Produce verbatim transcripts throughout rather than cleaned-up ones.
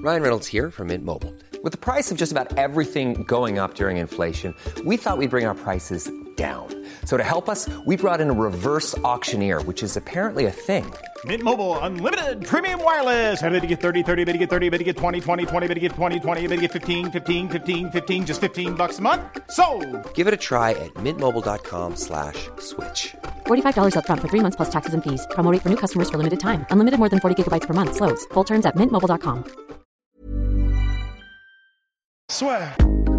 Ryan Reynolds here from Mint Mobile. With the price of just about everything going up during inflation, we thought we'd bring our prices down. So to help us, we brought in a reverse auctioneer, which is apparently a thing. Mint Mobile Unlimited Premium Wireless. How to get thirty, thirty, how to get thirty, how to get twenty, twenty, twenty, how to get twenty, twenty, how to get fifteen, fifteen, fifteen, fifteen, just fifteen bucks a month? Sold! Give it a try at mintmobile.com slash switch. forty-five dollars up front for three months plus taxes and fees. Promo rate for new customers for limited time. Unlimited more than forty gigabytes per month. Slows full terms at mint mobile dot com. Swear.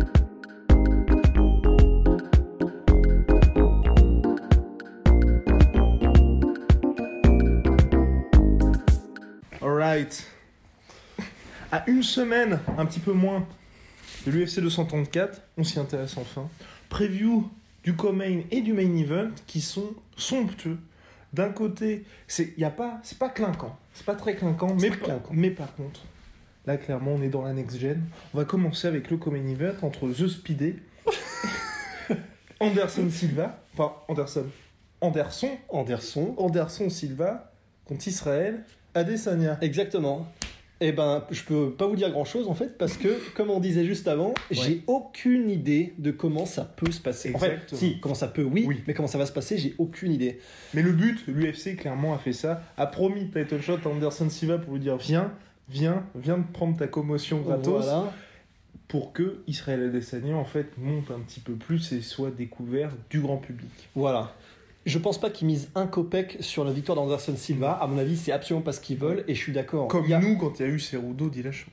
Alright. À une semaine, un petit peu moins, de l'U F C deux cent trente-quatre, on s'y intéresse enfin. Preview du co-main et du main event qui sont somptueux. D'un côté, c'est y a pas, c'est pas clinquant, c'est pas très clinquant, mais, pas par, clinquant. mais par contre, là clairement on est dans la next gen. On va commencer avec le co-main event entre The Speedé, Anderson Silva, enfin Anderson, Anderson, Anderson. Anderson Silva contre Israël Adesanya. Exactement. Eh ben, je peux pas vous dire grand-chose en fait, parce que, comme on disait juste avant, ouais. j'ai aucune idée de comment ça peut se passer. Exactement. En fait, si, comment ça peut, oui, oui, mais comment ça va se passer, j'ai aucune idée. Mais le but, l'U F C clairement a fait ça, a promis title shot à Anderson Silva pour lui dire viens, viens, viens de prendre ta commotion gratos, voilà. Pour que Israël Adesanya en fait monte un petit peu plus et soit découvert du grand public. Voilà. Je pense pas qu'ils misent un copec sur la victoire d'Anderson Silva. À mon avis, c'est absolument pas ce qu'ils veulent et je suis d'accord. Comme a... nous quand il y a eu Cerudo Dillashaw.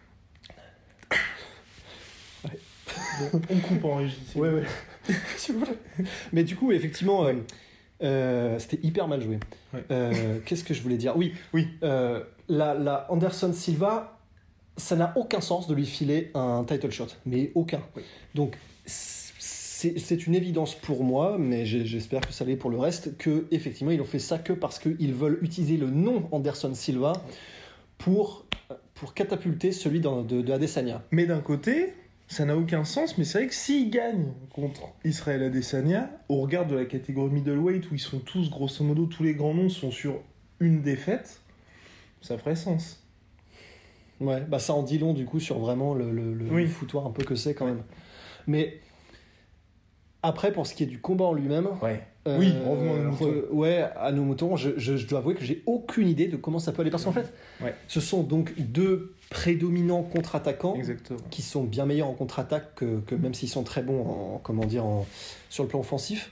Ouais. Bon, on coupe en régie. Ouais, ouais. S'il vous plaît. Mais du coup, effectivement, ouais. euh, euh, c'était hyper mal joué. Ouais. Euh, qu'est-ce que je voulais dire ? Oui, oui. Euh, la, la Anderson Silva, ça n'a aucun sens de lui filer un title shot, mais aucun. Oui. Donc c'est, c'est une évidence pour moi, mais j'espère que ça l'est pour le reste, que effectivement ils ont fait ça que parce qu'ils veulent utiliser le nom Anderson Silva pour, pour catapulter celui de, de, de Adesanya. Mais d'un côté, ça n'a aucun sens, mais c'est vrai que s'ils gagnent contre Israël Adesanya, au regard de la catégorie middleweight où ils sont tous, grosso modo, tous les grands noms sont sur une défaite, ça ferait sens. Ouais, bah ça en dit long du coup sur vraiment le, le, le oui. foutoir un peu que c'est quand même. Mais après, pour ce qui est du combat en lui-même, ouais. euh, oui, revenons à nos moutons. Re, ouais, à nos moutons, je, je, je dois avouer que j'ai aucune idée de comment ça peut aller. Parce qu'en fait, ouais. ce sont donc deux prédominants contre-attaquants Exactement. qui sont bien meilleurs en contre-attaque que, que même s'ils sont très bons en, comment dire, en, sur le plan offensif.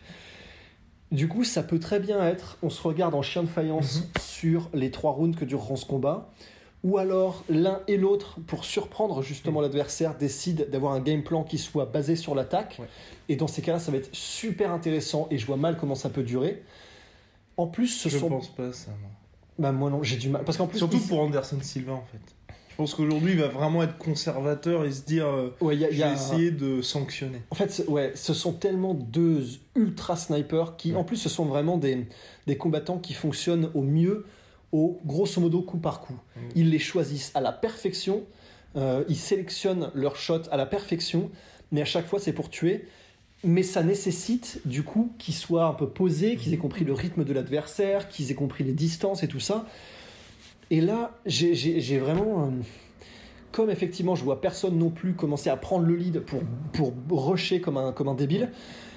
Du coup, ça peut très bien être, on se regarde en chien de faïence mm-hmm. sur les trois rounds que dureront ce combat, ou alors l'un et l'autre, pour surprendre justement mmh. l'adversaire, décident d'avoir un game plan qui soit basé sur l'attaque. Ouais. Et dans ces cas-là, ça va être super intéressant et je vois mal comment ça peut durer. En plus, ce je sont... pense pas ça, moi. Bah moi non, j'ai du mal. Parce qu'en plus, surtout il... pour Anderson Silva, en fait. Je pense qu'aujourd'hui, il va vraiment être conservateur et se dire euh, ouais, y a, je vais y a... essayer de sanctionner. En fait, ouais, ce sont tellement deux ultra snipers qui, ouais. en plus, ce sont vraiment des, des combattants qui fonctionnent au mieux au grosso modo coup par coup. Mmh. Ils les choisissent à la perfection, euh, ils sélectionnent leurs shots à la perfection, mais à chaque fois c'est pour tuer. Mais ça nécessite du coup qu'ils soient un peu posés, qu'ils aient compris le rythme de l'adversaire, qu'ils aient compris les distances et tout ça. Et là, j'ai, j'ai, j'ai vraiment... Euh, comme effectivement je vois personne non plus commencer à prendre le lead pour, pour rusher comme un, comme un débile,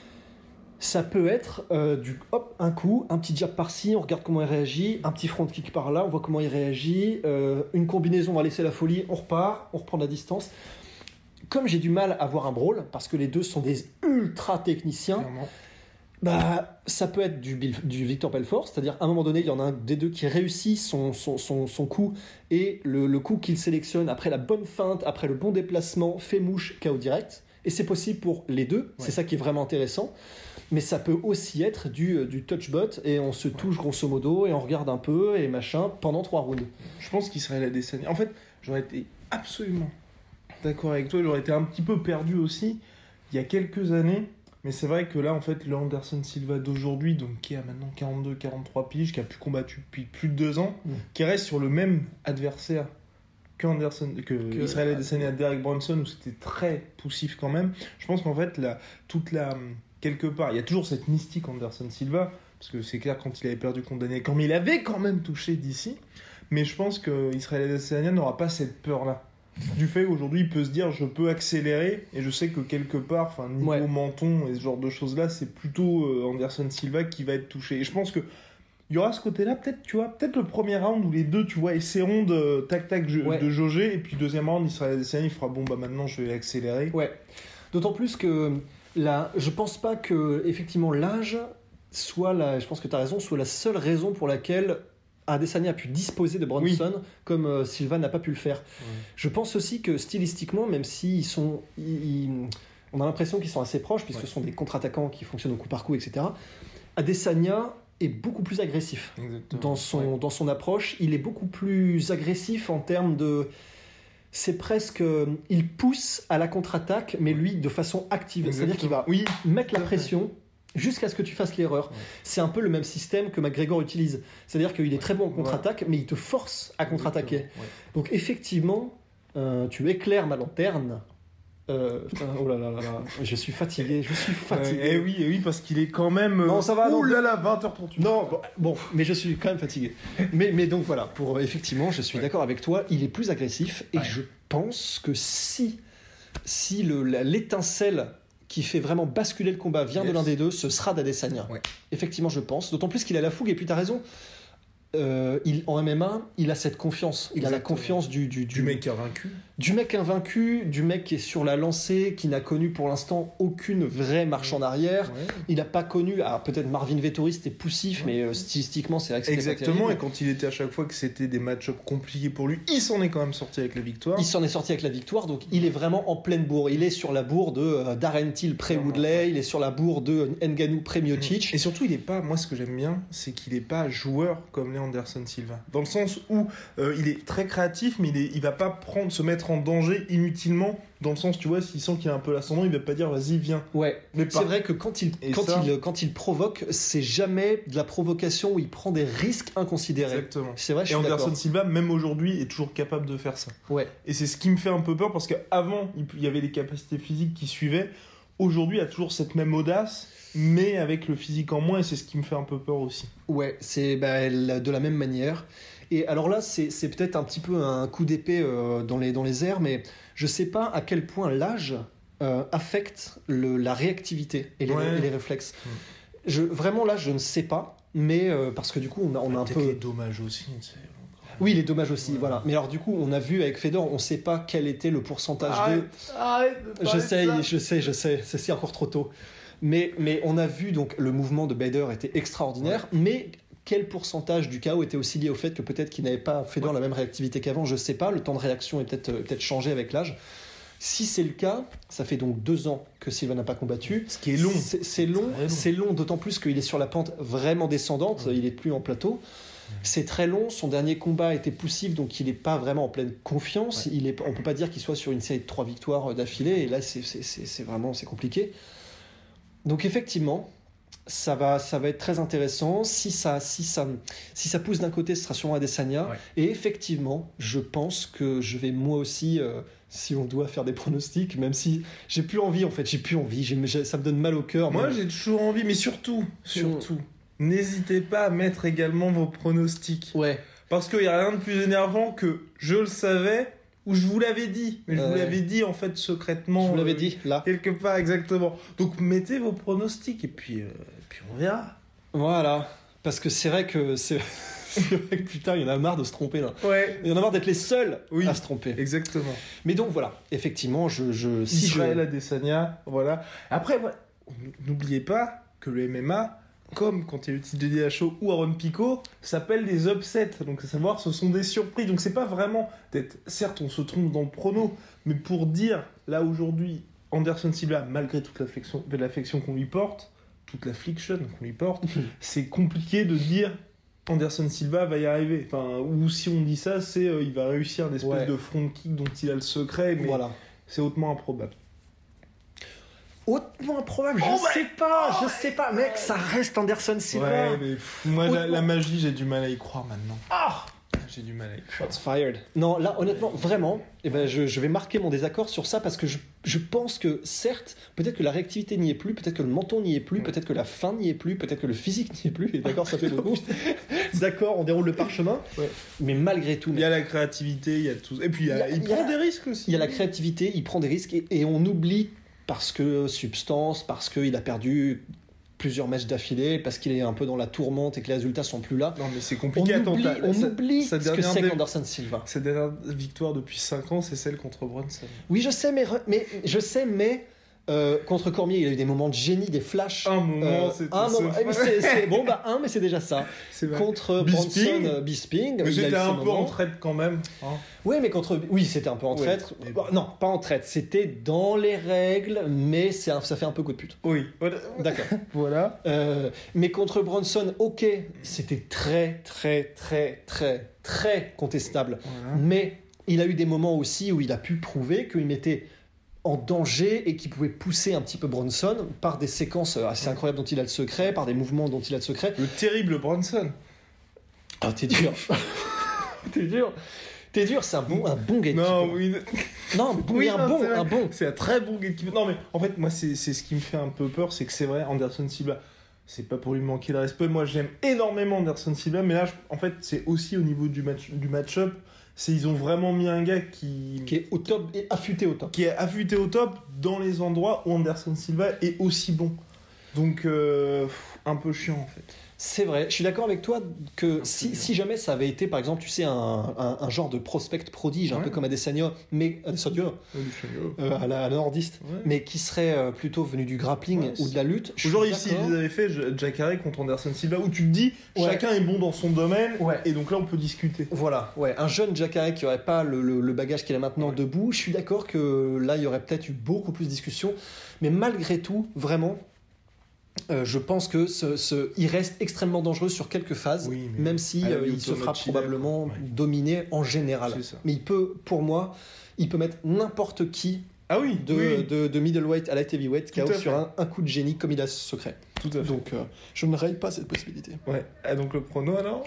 ça peut être euh, du hop, un coup, un petit jab par-ci, on regarde comment il réagit, un petit front kick par-là, on voit comment il réagit, euh, une combinaison, on va laisser la folie, on repart, on reprend de la distance. Comme j'ai du mal à voir un brawl, parce que les deux sont des ultra techniciens, bah, ça peut être du, du Victor Belfort, c'est-à-dire à un moment donné, il y en a un des deux qui réussit son, son, son, son coup, et le, le coup qu'il sélectionne après la bonne feinte, après le bon déplacement, fait mouche, K O direct. Et c'est possible pour les deux, ouais. c'est ça qui est vraiment intéressant. Mais ça peut aussi être du, du touch-bot et on se touche grosso modo et on regarde un peu et machin pendant trois rounds. Je pense qu'il serait la décennie. En fait, j'aurais été absolument d'accord avec toi. J'aurais été un petit peu perdu aussi il y a quelques années. Mais c'est vrai que là, en fait, le Anderson Silva d'aujourd'hui, donc qui a maintenant quarante-deux quarante-trois piges, qui a plus combattu depuis plus de deux ans, mmh. qui reste sur le même adversaire que, Anderson, que, que Israël Adesanya à Derek Brunson, où c'était très poussif quand même. Je pense qu'en fait, la, toute la... quelque part, il y a toujours cette mystique Anderson Silva, parce que c'est clair quand il avait perdu contre Daniel Cormier, il avait quand même touché d'ici, Mais je pense qu'Israël Adesanya n'aura pas cette peur-là. Du fait qu'aujourd'hui, il peut se dire, je peux accélérer, et je sais que quelque part, enfin, niveau Ouais. menton et ce genre de choses-là, c'est plutôt euh, Anderson Silva qui va être touché. Et je pense que il y aura ce côté-là, peut-être, tu vois, peut-être le premier round où les deux, tu vois, essaieront de tac-tac je- Ouais. de jauger, et puis deuxième round, Israël Adesanya, il fera, bon, bah maintenant, je vais accélérer. Ouais. D'autant plus que là, je pense pas que effectivement l'âge soit la, je pense que tu as raison, soit la seule raison pour laquelle Adesanya a pu disposer de Bronson comme euh, Silva n'a pas pu le faire. Ouais. Je pense aussi que stylistiquement, même s'ils sont, ils- ils- on a l'impression qu'ils sont assez proches puisque Ouais. ce sont des contre-attaquants qui fonctionnent au coup par coup, et cetera. Adesanya est beaucoup plus agressif Exactement. dans son, Ouais. dans son approche. Il est beaucoup plus agressif en termes de... C'est presque... euh, Il pousse à la contre-attaque, mais lui, de façon active. C'est-à-dire qu'il va Oui, mettre la tout à fait. pression jusqu'à ce que tu fasses l'erreur. Ouais. C'est un peu le même système que McGregor utilise. C'est-à-dire qu'il est très bon en contre-attaque, mais il te force à contre-attaquer. Exactement, ouais. Donc effectivement, euh, tu éclaires ma lanterne. Euh, putain, oh là là là là, je suis fatigué, je suis fatigué. Euh, eh oui, eh oui, parce qu'il est quand même. Non, ça va, Ouh non. là là, vingt heures trente-huit. Non, bon, bon, mais je suis quand même fatigué. Mais, mais donc voilà, pour effectivement, je suis Ouais. d'accord avec toi, il est plus agressif et Ouais. je pense que si, si le, la- l'étincelle qui fait vraiment basculer le combat vient de Yes. l'un des deux, ce sera d'Adesanya. Ouais. Effectivement, je pense. D'autant plus qu'il a la fougue et puis tu as raison. Euh, il, en M M A, il a cette confiance. Il a la Exactement. confiance du, du, Du mec invaincu. du mec invaincu, du mec qui est sur la lancée, qui n'a connu pour l'instant aucune vraie marche en arrière. Ouais. Il n'a pas connu, alors peut-être Marvin Vettori c'était poussif, mais euh, stylistiquement c'est vrai que c'était pas Exactement, terrible. et quand il était à chaque fois que c'était des match-ups compliqués pour lui, il s'en est quand même sorti avec la victoire. Il s'en est sorti avec la victoire, donc il est vraiment en pleine bourre. Il est sur la bourre de euh, Darren Till pré-Woodley, il est sur la bourre de Ngannou pré-Miocic. Et surtout, il est pas. Moi, ce que j'aime bien, c'est qu'il est pas joueur comme l'est Anderson Silva. Dans le sens où euh, il est très créatif, mais il, est, il va pas prendre, se mettre en danger inutilement. Dans le sens, tu vois, s'il sent qu'il a un peu l'ascendant, il va pas dire vas-y, viens. Ouais, Mais c'est pas- vrai que quand il, Et quand, ça- il, quand il provoque, c'est jamais de la provocation où il prend des risques inconsidérés. Exactement. C'est vrai, je Et suis Anderson d'accord. Silva, même aujourd'hui, est toujours capable de faire ça. Ouais. Et c'est ce qui me fait un peu peur parce qu'avant, il y avait les capacités physiques qui suivaient. Aujourd'hui, il y a toujours cette même audace, mais avec le physique en moins, et c'est ce qui me fait un peu peur aussi. Ouais, c'est bah, la- de la même manière. Et alors là, c'est c'est peut-être un petit peu un coup d'épée euh, dans, les, dans les airs, mais je sais pas à quel point l'âge euh, affecte le, la réactivité et les, Ouais. et les réflexes. Mm. Je, vraiment là, je ne sais pas, mais euh, parce que du coup, on a, on a un Peut-être les peu... dommages aussi. tu sais. Oui, les dommages aussi, Ouais. voilà. Mais alors du coup, on a vu avec Fedor, on ne sait pas quel était le pourcentage de... Arrête, arrête de Je parler sais, de ça. je sais, je sais, c'est c'est encore trop tôt. Mais, mais on a vu, donc, le mouvement de Bader était extraordinaire, mais quel pourcentage du chaos était aussi lié au fait que peut-être qu'il n'avait pas fait dans la même réactivité qu'avant, je sais pas, le temps de réaction est peut-être euh, peut-être changé avec l'âge. Si c'est le cas, ça fait donc deux ans que Silva n'a pas combattu. Ce qui est long. C'est c'est long, Très long. c'est long, d'autant plus qu'il est sur la pente vraiment descendante, Ouais. il est plus en plateau. C'est très long, son dernier combat était poussif, donc il n'est pas vraiment en pleine confiance. Ouais. Il est, on ne peut pas dire qu'il soit sur une série de trois victoires d'affilée, et là c'est c'est- c'est- c'est vraiment c'est compliqué. Donc effectivement, ça va, ça va être très intéressant. Si ça, si ça, si ça pousse d'un côté, ce sera sûrement Adesanya. Ouais. Et effectivement, je pense que je vais moi aussi, euh, si on doit faire des pronostics, même si j'ai plus envie en fait, j'ai plus envie, j'ai- j'ai- ça me donne mal au cœur. Moi, mais- j'ai toujours envie, mais surtout, surtout, n'hésitez pas à mettre également vos pronostics. Ouais. Parce qu'il n'y a rien de plus énervant que je le savais ou je vous l'avais dit. Mais je vous Ouais. l'avais dit en fait secrètement. Je vous l'avais euh, dit là. Quelque part, exactement. Donc mettez vos pronostics et puis, euh, puis on verra. Voilà. Parce que c'est vrai que c'est c'est vrai que putain, il y en a marre de se tromper là. Ouais. Il y en a marre d'être les seuls Oui. à se tromper. Exactement. Mais donc voilà, effectivement, je, je si Israël je... Adesanya, voilà. Après, ouais, n'oubliez pas que le M M A, comme quand il y a eu le titre de D H O ou Aaron Pico, s'appelle des upsets. Donc, à savoir, ce sont des surprises. Donc, c'est pas vraiment d'être. Certes, on se trompe dans le prono, mais pour dire, là, aujourd'hui, Anderson Silva, malgré toute l'affection, l'affection qu'on lui porte, toute l'affliction qu'on lui porte, c'est compliqué de dire Anderson Silva va y arriver. Enfin, ou si on dit ça, c'est euh, il va réussir une espèce Ouais. de front kick dont il a le secret, mais Voilà. c'est hautement improbable. Hautement improbable, je Oh, bah- sais pas, je sais pas, mec, ça reste Anderson Silva. Ouais, mais pff, moi, la, la magie, j'ai du mal à y croire maintenant. Ah j'ai du mal avec ça. Shots fired. Non, là, honnêtement, vraiment, eh ben, je, je vais marquer mon désaccord sur ça parce que je, je pense que, certes, peut-être que la réactivité n'y est plus, peut-être que le menton n'y est plus, ouais. peut-être que la fin n'y est plus, peut-être que le physique n'y est plus, et d'accord, ça fait beaucoup. D'accord, on déroule le parchemin, ouais. mais malgré tout... Il y a la créativité, il y a tout... Et puis, il, y a, il, il prend a, des risques aussi. Il y a la créativité, il prend des risques, et, et on oublie, parce que substance, parce qu'il a perdu... plusieurs matchs d'affilée, parce qu'il est un peu dans la tourmente et que les résultats sont plus là. Non mais c'est compliqué. On oublie, Attends, on sa, oublie sa ce que c'est dé... qu'Anderson Silva. Sa dernière victoire depuis cinq ans, c'est celle contre Brunson. Oui, je sais, mais, mais je sais, mais euh, contre Cormier, il a eu des moments de génie, des flashs. Un moment, euh, c'était un moment, ce... c'est, c'est, bon, bah un, mais c'est déjà ça. C'est contre Brunson, euh, Bisping. Mais j'étais un peu moments. en traite quand même. Hein. Oui, mais contre, oui, c'était un peu en traite. Oui, bon, non, pas en traite. C'était dans les règles, mais c'est un, ça fait un peu coup de pute. Oui. Voilà. D'accord. Voilà. Euh, mais contre Brunson, ok, c'était très, très, très, très, très contestable. Voilà. Mais il a eu des moments aussi où il a pu prouver qu'il mettait en danger et qui pouvait pousser un petit peu Brunson par des séquences assez incroyables dont il a le secret, par des mouvements dont il a le secret. Le terrible Brunson. Ah, t'es dur. T'es dur. T'es dur, c'est un bon, un bon gatekeeper. Non, oui. Non, bon, oui, un, non, bon, un bon. C'est un très bon gatekeeper. Non, mais en fait, moi, c'est, c'est ce qui me fait un peu peur, c'est que c'est vrai, Anderson Silva, c'est pas pour lui manquer de respect. Moi, j'aime énormément Anderson Silva, mais là, je, en fait, c'est aussi au niveau du, match, du match-up. C'est, ils ont vraiment mis un gars qui... qui est au top et affûté au top. Qui est affûté au top dans les endroits où Anderson Silva est aussi bon. Donc, euh, un peu chiant, en fait. C'est vrai, je suis d'accord avec toi que si, si jamais ça avait été, par exemple, tu sais, un, un, un genre de prospect prodige, ouais. un peu comme Adesanya, mais Adesanya, euh, à la, à la nordiste, ouais. mais qui serait euh, plutôt venu du grappling ouais, ou de la lutte. Aujourd'hui, si ils avaient fait Jacare contre Anderson Silva, où tu te dis, ouais. chacun est bon dans son domaine, ouais. et donc là, on peut discuter. Voilà, ouais, un jeune Jacare qui n'aurait pas le, le, le bagage qu'il a maintenant ouais. debout, je suis d'accord que là, il y aurait peut-être eu beaucoup plus de discussions, mais malgré tout, vraiment... Euh, je pense que ce, ce, il reste extrêmement dangereux sur quelques phases, oui, même si euh, il se fera probablement ouais. dominer en général. Mais il peut, pour moi, il peut mettre n'importe qui ah oui, de, oui. de, de middleweight à light heavyweight K O sur un, un coup de génie comme il a ce secret. Tout à fait. Donc euh, je ne raye pas cette possibilité. Ouais. Ah, donc le prono alors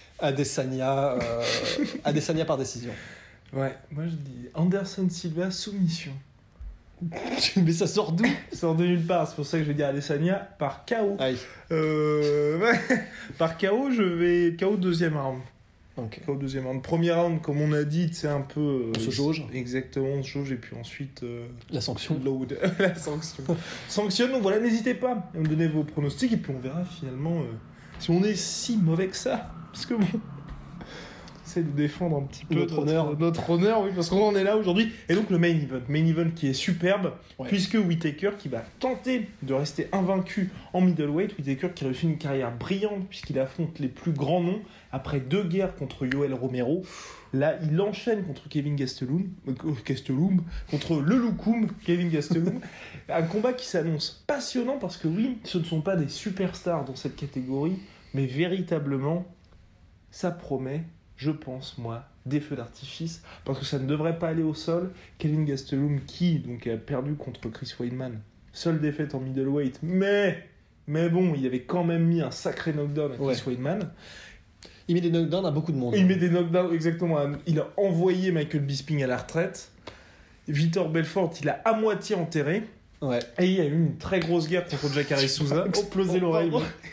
Adesanya, euh, Adesanya par décision. Ouais. Moi je dis Anderson Silva soumission. Mais ça sort d'où ? Ça sort de nulle part, c'est pour ça que je vais dire Adesanya par K O. Aïe. Euh, par K O, je vais K O deuxième round. Okay. K O deuxième round. Premier round, comme on a dit, c'est un peu. On se jauge. Exactement, on se jauge, et puis ensuite. Euh, la sanction. Load. La sanction. Sanctionne, donc voilà, n'hésitez pas à me donner vos pronostics, et puis on verra finalement euh, si on est si mauvais que ça. Parce que bon. C'est de défendre un petit peu notre, notre honneur, notre honneur, oui, parce qu'on en est là aujourd'hui. Et donc le main event, main event qui est superbe, ouais. puisque Whittaker qui va tenter de rester invaincu en middleweight, Whittaker qui réussit une carrière brillante puisqu'il affronte les plus grands noms après deux guerres contre Yoel Romero. Là, il enchaîne contre Kevin Gastelum, euh, Gastelum contre le Loukoum, Kevin Gastelum. Un combat qui s'annonce passionnant parce que oui, ce ne sont pas des superstars dans cette catégorie, mais véritablement, ça promet. Je pense, moi, des feux d'artifice, parce que ça ne devrait pas aller au sol. Kevin Gastelum, qui donc a perdu contre Chris Weidman, seule défaite en middleweight, mais, mais bon, il avait quand même mis un sacré knockdown à Chris ouais. Weidman. Il met des knockdowns à beaucoup de monde. Il met des knockdowns, exactement. Il a envoyé Michael Bisping à la retraite. Vitor Belfort, il a à moitié enterré. Ouais. Et il y a eu une très grosse guerre contre Jacare Souza. Explosé l'oreille.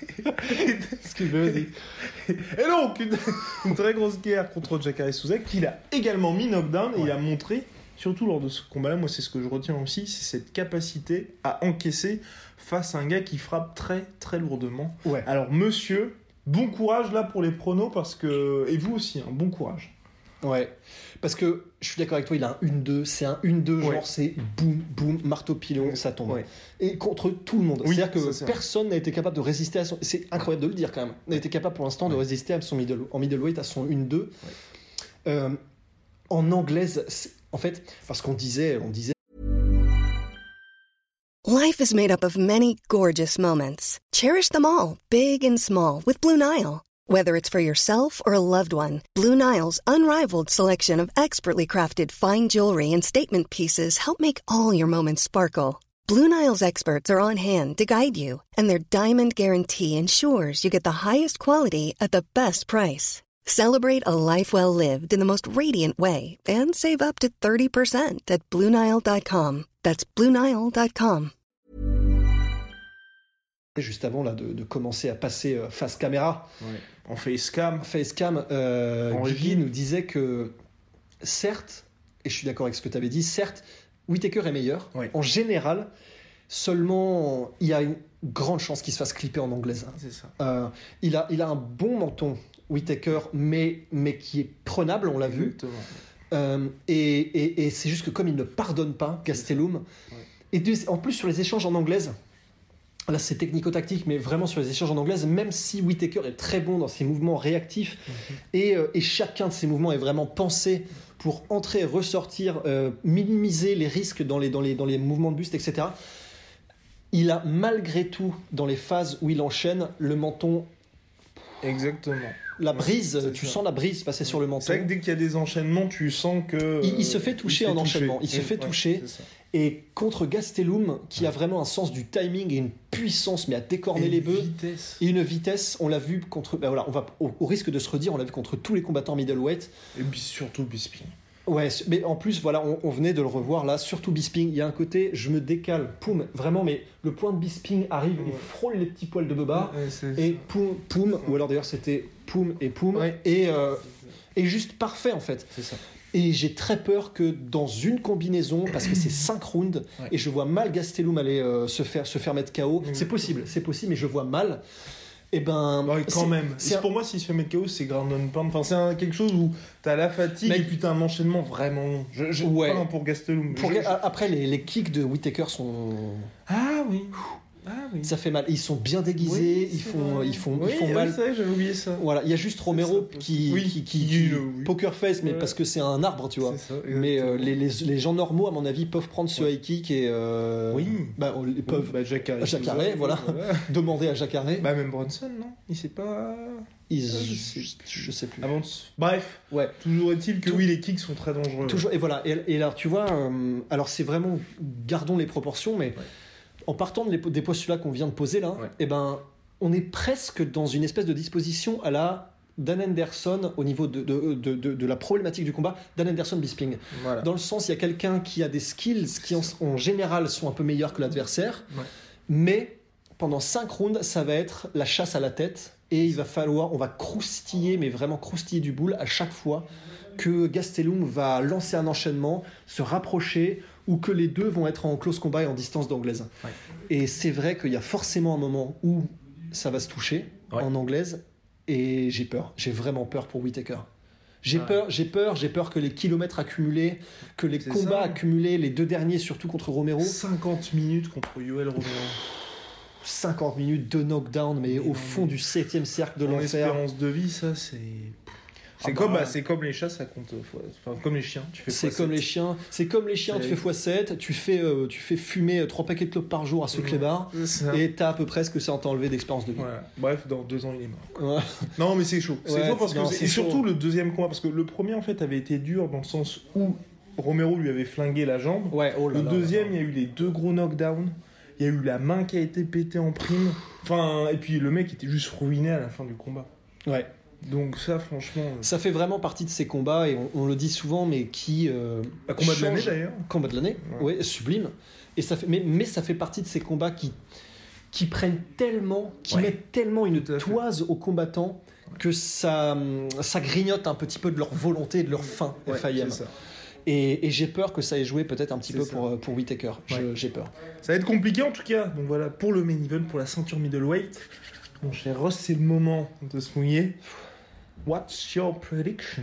Excuse-moi, vas-y. Et donc, une, une très grosse guerre contre Jacare Souza qu'il a également mis knockdown ouais. et il a montré, surtout lors de ce combat-là, moi c'est ce que je retiens aussi, c'est cette capacité à encaisser face à un gars qui frappe très très lourdement. Ouais. Alors monsieur, bon courage là pour les pronos parce que... Et vous aussi, hein, bon courage. Ouais, parce que je suis d'accord avec toi, il a un un deux, c'est un un deux, genre ouais. c'est boum, boum, marteau pilon, ça tombe. Ouais. Et contre tout le monde. Oui, c'est-à-dire que ça, c'est personne n'a été capable de résister à son... C'est incroyable de le dire quand même. N'a été capable pour l'instant ouais. de résister à son middle... en middleweight à son un deux. Ouais. Euh, en anglaise, c'est... en fait, parce qu'on disait, on disait... Life is made up of many gorgeous moments. Cherish them all, big and small, with Blue Nile. Whether it's for yourself or a loved one, Blue Nile's unrivaled selection of expertly crafted fine jewelry and statement pieces help make all your moments sparkle. Blue Nile's experts are on hand to guide you, and their diamond guarantee ensures you get the highest quality at the best price. Celebrate a life well lived in the most radiant way and save up to thirty percent at Blue Nile dot com. That's Blue Nile dot com. Juste avant là, de, de commencer à passer euh, face caméra, Ouais. En facecam. Facecam, euh, En Guigui régie. nous disait que, certes, et je suis d'accord avec ce que tu avais dit, certes, Whittaker est meilleur. Ouais. En général, seulement, il y a une grande chance qu'il se fasse clipper en anglaise. C'est ça. Euh, il, a, il a un bon menton, Whittaker, mais, mais qui est prenable, on l'a vu. Exactement. Euh, et, et, et c'est juste que comme il ne pardonne pas Gastelum, Ouais. et de- en plus sur les échanges en anglaise, là c'est technico-tactique, mais vraiment sur les échanges en anglaise, même si Whittaker est très bon dans ses mouvements réactifs, Mhm. et, euh, et chacun de ses mouvements est vraiment pensé pour entrer, ressortir, euh, minimiser les risques dans les, dans, les, dans les mouvements de buste, et cetera. Il a malgré tout, dans les phases où il enchaîne, le menton, Exactement. la Ouais, brise, c'est tu ça. sens la brise passer sur le menton. C'est vrai que dès qu'il y a des enchaînements, tu sens que. Il- il se euh, fait toucher il se en fait enchaînement. Il se Et- fait ouais, toucher. c'est ça. Et contre Gastelum, qui a vraiment un sens du timing et une puissance, mais à décorner Et les une bœufs, vitesse. et une vitesse, on l'a vu contre. Ben voilà, on va au, au risque de se redire, on l'a vu contre tous les combattants middleweight. Et puis surtout Bisping. Ouais, mais en plus, voilà, on, on venait de le revoir là, surtout Bisping. Il y a un côté, je me décale, poum, vraiment, mais le point de Bisping arrive et Ouais. frôle les petits poils de Beba, Ouais, c'est et ça. poum, poum, ou alors d'ailleurs c'était poum et poum, Ouais. et, euh, et juste parfait en fait. C'est ça. Et j'ai très peur que dans une combinaison, parce que c'est cinq rounds, Ouais. et je vois mal Gastelum aller euh, se, faire, se faire mettre K O. C'est possible, c'est possible, mais je vois mal. Et ben. Ouais, quand c'est- même. c'est un- Pour moi, s'il se fait mettre K O, c'est ground and pound. Enfin, c'est un- quelque chose où t'as la fatigue Mec. et puis t'as un enchaînement vraiment long. Je, je, Ouais. Pardon pour Gastelum. pour- Je- je- Après, les, les kicks de Whittaker sont. Ah oui. Ah oui. Ça fait mal. Ils sont bien déguisés, Oui, ils, c'est font, vrai. ils, font, Oui, ils font oui, mal. c'est vrai, j'avais oublié ça. Voilà, il y a juste Romero Ça, ça, qui, oui, qui, qui, qui- qui- euh, oui. poker face, mais Ouais. parce que c'est un arbre, tu vois. C'est ça, Mais euh, exactement. les, les, les gens normaux, à mon avis, peuvent prendre ce high kick et. euh, Oui. Bah, on- ils peuvent Bah, Jacare. Jacare, voilà. demander à Jacare. Bah, même Bronson, non Il sait pas. Ils- je je, sais- je sais plus. Avant de- Bref, Ouais. toujours est-il que Tout- oui, les kicks sont très dangereux. Toujours, et voilà. Et, et alors, tu vois, euh, alors c'est vraiment, gardons les proportions, mais Ouais. en partant de les- des postulats qu'on vient de poser là, Ouais. eh ben, on est presque dans une espèce de disposition à la Dan Henderson au niveau de, de, de, de, de la problématique du combat, Dan Henderson Bisping. Voilà. Dans le sens, il y a quelqu'un qui a des skills qui en, en général sont un peu meilleurs que l'adversaire, Ouais. mais pendant cinq rounds, ça va être la chasse à la tête et il va falloir, on va croustiller, mais vraiment croustiller du boule à chaque fois que Gastelum va lancer un enchaînement, se rapprocher ou que les deux vont être en close combat et en distance d'anglaise. Ouais. Et c'est vrai qu'il y a forcément un moment où ça va se toucher Ouais. en anglaise et j'ai peur, j'ai vraiment peur pour Whittaker. J'ai Ouais. peur, j'ai peur, j'ai peur que les kilomètres accumulés, que les C'est combats ça. accumulés, les deux derniers surtout contre Romero, cinquante minutes contre Yoel Romero. cinquante minutes de knockdown, mais au fond du septième cercle de Ton l'enfer. espérance de vie, ça, c'est. C'est Ah comme, bah. bah, c'est comme les chats, ça compte. fois- Enfin, comme les chiens, tu fais C'est fois comme sept. les chiens, c'est comme les chiens, C'est- tu fais fois sept, tu fais, euh, tu fais fumer euh, trois paquets de clopes par jour à ce clébard, C'est ça. et t'as à peu près ce que ça t'a enlevé d'expérience de vie. Voilà. Bref, dans deux ans, il est mort. Ouais. Non, mais c'est chaud. C'est Ouais, chaud parce que. non, c'est- c'est Et chaud. surtout le deuxième combat, parce que le premier, en fait, avait été dur dans le sens où Romero lui avait flingué la jambe. Ouais, oh là Le là. deuxième, il y a eu les deux gros knockdowns. Il y a eu la main qui a été pétée en prime. Enfin, et puis le mec était juste ruiné à la fin du combat. Ouais. Donc ça, franchement... euh, Ça fait vraiment partie de ces combats, et on, on le dit souvent, mais qui. Euh, Un combat de l'année, changent- d'ailleurs. Combat de l'année, Ouais. ouais, sublime. Et ça fait, mais, mais ça fait partie de ces combats qui, qui prennent tellement, qui Ouais. mettent tellement une Tout à fait. toise aux combattants que ça, ça grignote un petit peu de leur volonté et de leur faim, Ouais, F I M. c'est ça. Et, et j'ai peur que ça ait joué peut-être un petit C'est peu ça. pour, euh, pour Whittaker. Je- Ouais. J'ai peur. Ça va être compliqué en tout cas. Donc voilà, pour le main event, pour la ceinture middleweight. Mon cher Ross, c'est le moment de se mouiller. What's your prediction?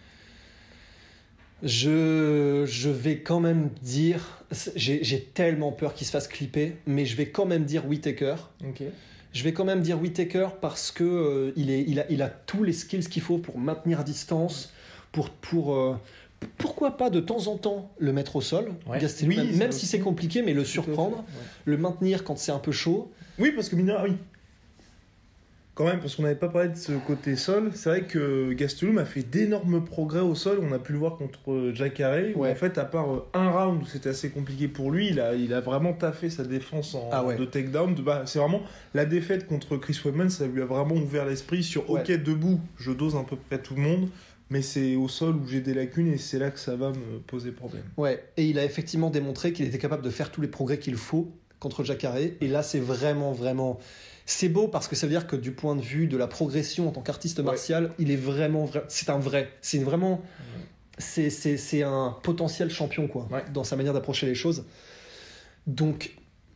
Je, je vais quand même dire, j'ai j'ai tellement peur qu'il se fasse clipper, mais je vais quand même dire Whittaker. Ok. Je vais quand même dire Whittaker parce que euh, il, est, il, a, il a tous les skills qu'il faut pour maintenir distance, pour, pour euh, pourquoi pas de temps en temps le mettre au sol, Ouais. Gastelum, Oui, même, ça même aussi. si c'est compliqué, mais le Tout à fait, surprendre, ouais. le maintenir quand c'est un peu chaud. Oui, parce que mine de rien, oui. quand même, parce qu'on n'avait pas parlé de ce côté sol, c'est vrai que Gastelum a fait d'énormes progrès au sol. On a pu le voir contre Jacare, où Ouais. en fait, à part euh, un round où c'était assez compliqué pour lui, il a, il a vraiment taffé sa défense en, Ah ouais. de takedown. De, bah, c'est vraiment la défaite contre Chris Weidman, ça lui a vraiment ouvert l'esprit sur Ouais. ok, debout, je dose à peu près tout le monde, mais c'est au sol où j'ai des lacunes et c'est là que ça va me poser problème. Ouais, et il a effectivement démontré qu'il était capable de faire tous les progrès qu'il faut contre Jacare. Et là, c'est vraiment, vraiment... C'est beau parce que ça veut dire que du point de vue de la progression en tant qu'artiste martial, il est vraiment... Vrai... C'est un vrai. C'est vraiment... C'est, c'est, c'est un potentiel champion, quoi, Ouais. dans sa manière d'approcher les choses. Donc...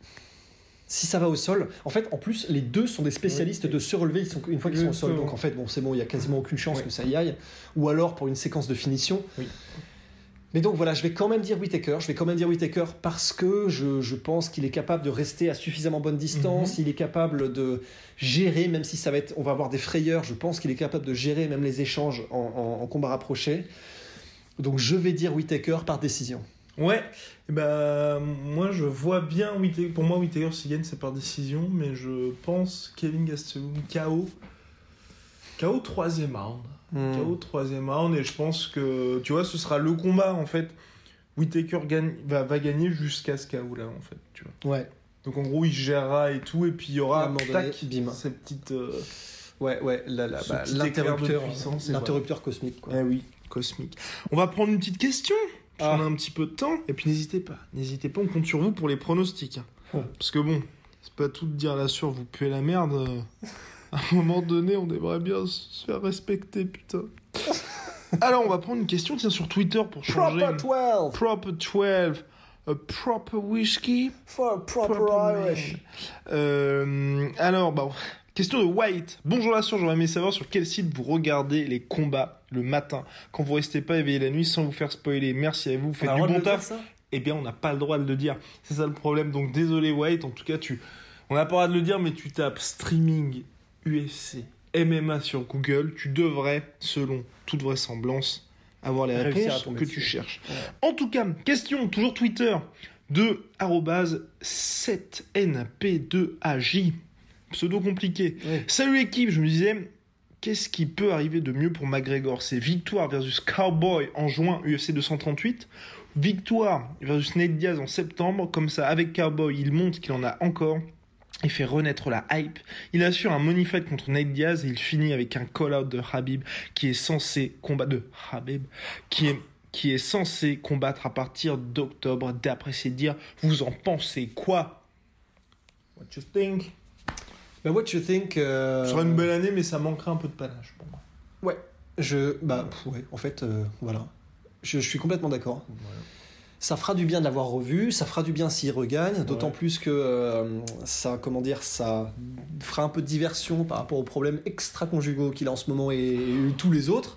Si ça va au sol, en fait, en plus, les deux sont des spécialistes Oui. de se relever ils sont, une fois qu'ils sont au sol. Exactement. Donc, en fait, bon, c'est bon, il y a quasiment aucune chance Oui. que ça y aille. Ou alors pour une séquence de finition. Oui. Mais donc voilà, je vais quand même dire Whittaker. Je vais quand même dire Whittaker parce que je, je pense qu'il est capable de rester à suffisamment bonne distance. Mhm. Il est capable de gérer, même si ça va être, on va avoir des frayeurs. Je pense qu'il est capable de gérer même les échanges en, en- en combat rapproché. Donc je vais dire Whittaker par décision. Ouais, et bah, moi je vois bien Whittaker. Pour moi, Whittaker, s'il gagne, c'est par décision, mais je pense Kevin Gastelum K O. K O troisième round. Hmm. K O troisième round, et je pense que, tu vois, ce sera le combat en fait. Whittaker gagne, va, va gagner jusqu'à ce K O là en fait, tu vois. Ouais, Donc en gros, il gérera et tout, et puis il y À aura un moment donné, tac, bim. ces petites. euh, ouais, ouais. La, la- Ce bah, petit éclair de l'interrupteur, puissance, et l'interrupteur cosmique. Quoi. Eh oui, cosmique. On va prendre une petite question. Ah. On a un petit peu de temps. Et puis n'hésitez pas, n'hésitez pas, on compte sur vous pour les pronostics. hein. Oh. Parce que bon, c'est pas tout de dire là sur vous puez la merde. euh, À un moment donné, on aimerait bien se faire respecter, putain. Alors, on va prendre une question, tiens, sur Twitter pour changer. Proper twelve Proper twelve. A proper whiskey. for proper, Proper Irish. man. Euh, alors, bah, question de White. Bonjour la soeur, j'aurais aimé savoir sur quel site vous regardez les combats le matin, quand vous restez pas éveillé la nuit sans vous faire spoiler. Merci à vous, vous faites On a du le droit bon de le taf. faire, ça Eh bien, on n'a pas le droit de le dire. C'est ça le problème. Donc, désolé White. En tout cas, tu, on n'a pas le droit de le dire, mais tu tapes streaming U F C M M A sur Google. Tu devrais, selon toute vraisemblance, avoir les Réussir à réponses tomber que dessus. tu cherches. En tout cas, question, toujours Twitter, de arobase sept N P deux A J. Pseudo compliqué. Ouais. Salut l'équipe, je me disais, qu'est-ce qui peut arriver de mieux pour McGregor? C'est victoire versus Cowboy en juin, U F C deux cent trente-huit. Victoire versus Nate Diaz en septembre. Comme ça, avec Cowboy, il montre qu'il en a encore. Il fait renaître la hype. Il assure un money fight contre Nate Diaz et il finit avec un call-out de Habib qui est censé combattre... De Habib, qui est... qui est censé combattre à partir d'octobre, d'après ses dires. Vous en pensez quoi? What you think? But what you think euh, Ce sera une belle année, mais ça manquera un peu de panache pour moi. Ouais, je... Bah, pff, ouais, en fait, euh, voilà. Je, je suis complètement d'accord. Ça fera du bien de l'avoir revu, ça fera du bien s'il regagne, d'autant Ouais. plus que euh, ça, comment dire, ça fera un peu de diversion par rapport aux problèmes extra-conjugaux qu'il a en ce moment et, et tous les autres.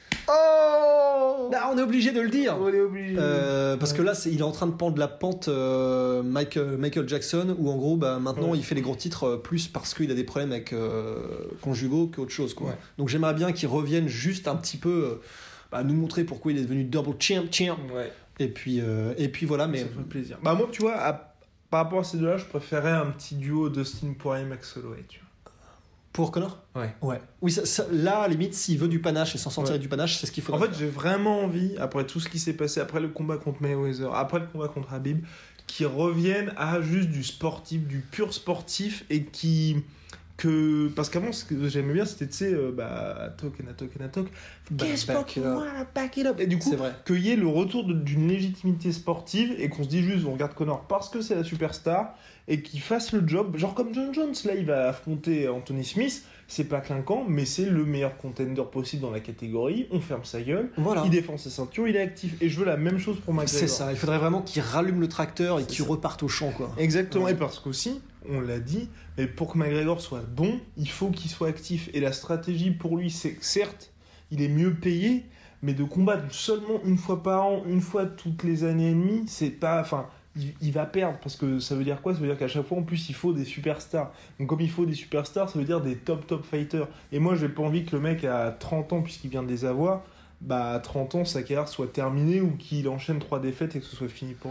Oh Bah, on est obligé de le dire. On est obligé. Euh, parce que là, c'est, il est en train de pendre la pente euh, Michael, Michael Jackson, où en gros, bah, maintenant, Ouais. il fait les gros titres euh, plus parce qu'il a des problèmes avec euh, conjugaux qu'autre chose. Quoi. Ouais. Donc j'aimerais bien qu'il revienne juste un petit peu, euh, bah, nous montrer pourquoi il est devenu double champ, champ. Ouais, Et puis, euh, et puis voilà, mais ça fait plaisir. Bah moi, tu vois, à- par rapport à ces deux-là, je préférais un petit duo Dustin Poirier Max Holloway, tu vois. pour Connor, Ouais. ouais. Oui, ça, ça- là, à la limite, s'il veut du panache et s'en sortir Ouais. avec du panache, c'est ce qu'il faut. En fait, j'ai vraiment envie, après tout ce qui s'est passé, après le combat contre Mayweather, après le combat contre Habib, qu'ils reviennent à juste du sportif, du pur sportif, et qui... Que... Parce qu'avant, ce que j'aimais bien, c'était, tu sais, euh, bah, talk and a talk and a talk. Bah, Guess back fucking it up. wanna back it up. Et du coup, C'est vrai. qu'il y ait le retour de- d'une légitimité sportive et qu'on se dise juste, on regarde Connor parce que c'est la superstar et qu'il fasse le job. Genre comme John Jones, là, il va affronter Anthony Smith. C'est pas clinquant, mais c'est le meilleur contender possible dans la catégorie. On ferme sa gueule. Voilà. Il défend ses ceintures, il est actif. Et je veux la même chose pour McGregor. C'est ça. Il faudrait vraiment qu'il rallume le tracteur et C'est qu'il ça. reparte au champ, quoi. Exactement, Ouais. et parce qu'aussi, on l'a dit, mais pour que McGregor soit bon, il faut qu'il soit actif. Et la stratégie pour lui, c'est que certes, il est mieux payé, mais de combattre seulement une fois par an, une fois toutes les années et demie, c'est pas... Enfin, il, il va perdre, parce que ça veut dire quoi? Ça veut dire qu'à chaque fois, en plus, il faut des superstars. Donc comme il faut des superstars, ça veut dire des top top fighters. Et moi, j'ai pas envie que le mec à trente ans, puisqu'il vient de les avoir, bah à trente ans, sa carrière soit terminée ou qu'il enchaîne trois défaites et que ce soit fini pour lui.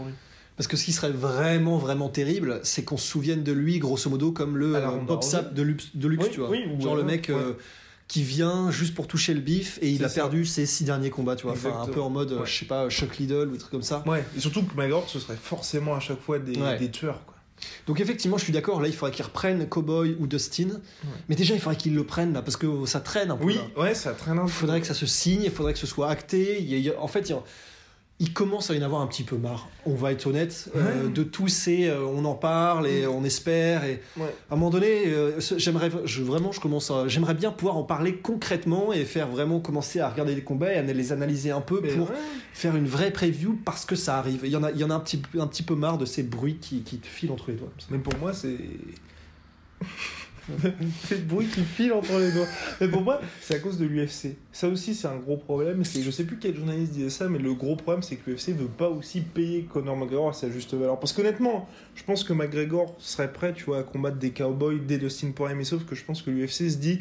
Parce que ce qui serait vraiment, vraiment terrible, c'est qu'on se souvienne de lui, grosso modo, comme le euh, Bob Sapp de luxe, de luxe oui, tu vois. Oui, Genre ouais, le mec ouais. euh, qui vient juste pour toucher le bif et il c'est a ça. perdu ses six derniers combats, tu vois. Enfin, un peu en mode, ouais. je sais pas, Chuck Liddell ou des trucs comme ça. Ouais, et surtout que McGregor, ce serait forcément à chaque fois des, Ouais. des tueurs, quoi. Donc effectivement, je suis d'accord, là, il faudrait qu'il reprenne Cowboy ou Dustin. Ouais. Mais déjà, il faudrait qu'il le prenne, là, parce que ça traîne un peu. Oui, là. ouais, ça traîne un peu. Il faudrait que ça se signe, il faudrait que ce soit acté. Il y a, il y a, en fait, il, y a, il commence à y en avoir un petit peu marre. On va être honnête, ouais. euh, de tous ces... Euh, on en parle et on espère. Et ouais. À un moment donné, euh, j'aimerais, je, vraiment, je commence à, j'aimerais bien pouvoir en parler concrètement et faire vraiment commencer à regarder les combats et à les analyser un peu. Mais pour ouais. faire une vraie preview parce que ça arrive. Il y en a, il y en a un, petit, un petit peu marre de ces bruits qui, qui te filent entre les doigts. Mais pour moi, c'est... c'est le bruit qui file entre les doigts. Mais pour moi, c'est à cause de l'U F C. Ça aussi, c'est un gros problème. C'est, je sais plus quel journaliste disait ça, mais le gros problème, c'est que l'U F C veut pas aussi payer Conor McGregor à sa juste valeur. Parce qu'honnêtement, je pense que McGregor serait prêt, tu vois, à combattre des cowboys dès Dustin Poirier, mais sauf que je pense que l'U F C se dit,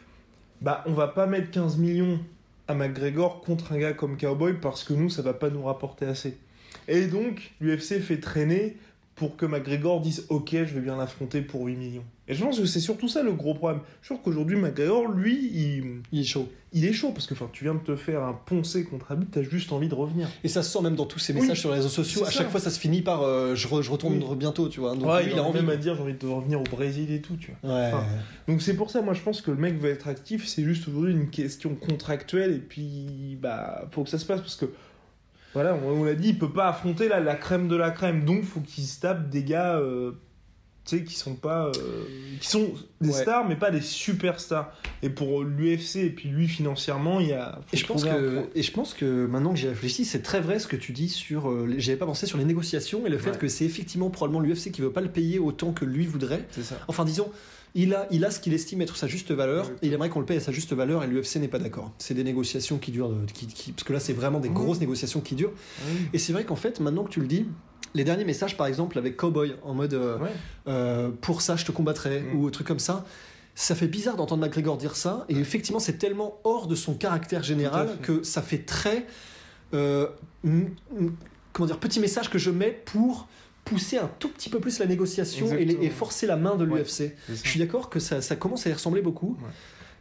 bah, on va pas mettre quinze millions à McGregor contre un gars comme Cowboy parce que nous, ça va pas nous rapporter assez. Et donc, l'U F C fait traîner pour que McGregor dise « Ok, je vais bien l'affronter pour huit millions ». Et je pense que c'est surtout ça le gros problème. Je trouve qu'aujourd'hui, McGregor, lui, il... il est chaud. Il est chaud parce que tu viens de te faire un poncé contre Habib, t'as juste envie de revenir. Et ça se sent même dans tous ces messages oui, sur les réseaux sociaux. À chaque ça. fois, ça se finit par euh, je, re, je retourne oui. bientôt, tu vois. Donc, ouais, lui, il, il a envie même à dire j'ai envie de revenir au Brésil et tout, tu vois. Ouais. Enfin, donc c'est pour ça, moi, je pense que le mec veut être actif. C'est juste aujourd'hui une question contractuelle et puis bah faut que ça se passe parce que voilà, on, on l'a dit, il peut pas affronter là, la crème de la crème. Donc faut qu'il se tape des gars. Euh, tu sais, qui sont pas... Euh, qui sont des ouais. stars, mais pas des superstars. Et pour l'U F C, et puis lui, financièrement, il y a... Et je, pense que, et je pense que, maintenant que j'y réfléchis, c'est très vrai ce que tu dis sur... Euh, j'avais pas pensé sur les négociations, et le fait ouais. que c'est effectivement probablement l'U F C qui veut pas le payer autant que lui voudrait. C'est ça. Enfin, disons, il a, il a ce qu'il estime être sa juste valeur, ouais. et il aimerait qu'on le paye à sa juste valeur, et l'U F C n'est pas d'accord. C'est des négociations qui durent... Qui, qui, parce que là, c'est vraiment des mmh. grosses négociations qui durent. Mmh. Et c'est vrai qu'en fait, maintenant que tu le dis... Les derniers messages, par exemple, avec Cowboy, en mode euh, ouais. euh, pour ça, je te combattrai, mmh. ou un truc comme ça, ça fait bizarre d'entendre McGregor dire ça. Et effectivement, c'est tellement hors de son caractère général que ça fait très. Euh, m- m- comment dire, petit message que je mets pour pousser un tout petit peu plus la négociation et, les, et forcer la main de l'U F C. Ouais, je suis d'accord que ça, ça commence à y ressembler beaucoup. Ouais.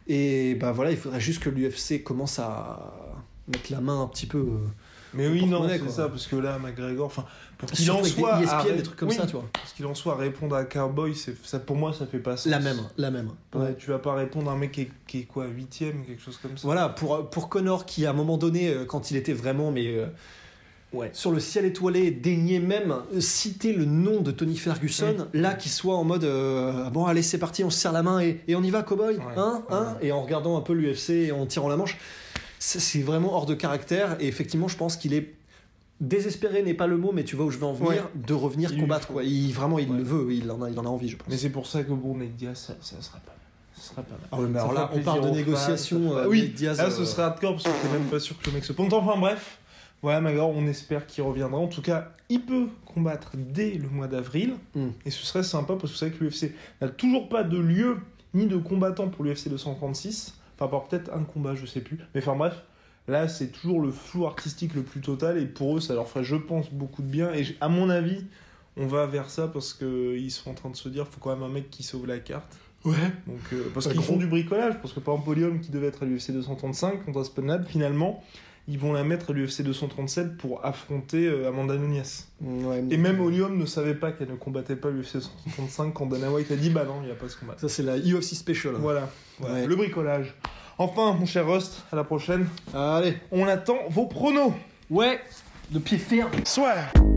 Et bah voilà, il faudrait juste que l'U F C commence à mettre la main un petit peu. Euh, Mais oui, non, c'est quoi. Ça, parce que là, McGregor, enfin, pour qu'il en soit, des, E S P N, des trucs comme oui, ça, tu vois. Parce qu'il en soit répondre à Cowboy, c'est ça pour moi, ça fait pas sens. La même, la même. Ouais, ouais. Tu vas pas répondre à un mec qui est, qui est quoi, huitième, quelque chose comme ça. Voilà, pour pour Conor qui à un moment donné, quand il était vraiment, mais euh, ouais, sur le ciel étoilé, daignait même citer le nom de Tony Ferguson, oui. là, qui soit en mode, euh, bon, allez, c'est parti, on se serre la main et, et on y va, Cowboy, ouais. hein, ouais. hein, et en regardant un peu l'U F C et en tirant la manche. C'est vraiment hors de caractère et effectivement je pense qu'il est désespéré n'est pas le mot mais tu vois où je veux en venir ouais. de revenir il combattre quoi. Il, vraiment il ouais. le veut, il en, a, il en a envie je pense. Mais c'est pour ça que bon Nate Diaz ça, ça sera pas ça sera pas mal. Ah ouais, mais alors là on parle de négociation euh, oui Diaz, là euh... ce serait hardcore parce que t'es même pas sûr que le mec se ponte. Enfin bref voilà McGregor on espère qu'il reviendra en tout cas il peut combattre dès le mois d'avril mm. et ce serait sympa parce que c'est vrai que l'U F C n'a toujours pas de lieu ni de combattant pour l'U F C deux cent trente-six. Enfin, par peut-être un combat, je sais plus. Mais enfin, bref, là, c'est toujours le flou artistique le plus total. Et pour eux, ça leur ferait, je pense, beaucoup de bien. Et à mon avis, on va vers ça parce qu'ils sont en train de se dire qu'il faut quand même un mec qui sauve la carte. Ouais. Donc, euh, parce qu'ils font du bricolage. Parce que par exemple, Podium, qui devait être à l'U F C deux cent trente-cinq contre Spinal, finalement, ils vont la mettre à l'U F C deux cent trente-sept pour affronter euh, Amanda Nunes. Ouais, et même Olium ne savait pas qu'elle ne combattait pas l'U F C deux cent trente-cinq quand Dana White a dit bah non, il n'y a pas ce combat. Ça, c'est la U F C Special. Voilà, voilà. Ouais. Le bricolage. Enfin, mon cher Rust, à la prochaine. Allez. On attend vos pronos. Ouais, de pied ferme. Soit.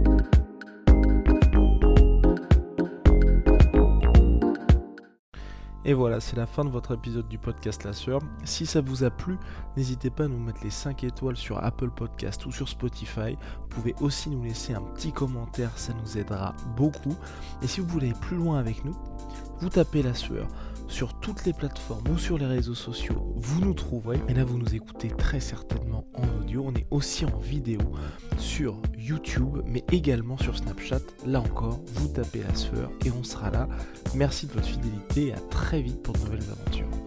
Et voilà, c'est la fin de votre épisode du podcast La Sueur. Si ça vous a plu, n'hésitez pas à nous mettre les cinq étoiles sur Apple Podcast ou sur Spotify. Vous pouvez aussi nous laisser un petit commentaire, ça nous aidera beaucoup. Et si vous voulez aller plus loin avec nous, vous tapez La Sueur sur toutes les plateformes ou sur les réseaux sociaux, vous nous trouverez. Et là, vous nous écoutez très certainement en audio. On est aussi en vidéo sur YouTube, mais également sur Snapchat. Là encore, vous tapez La Sueur et on sera là. Merci de votre fidélité et à très vite pour de nouvelles aventures.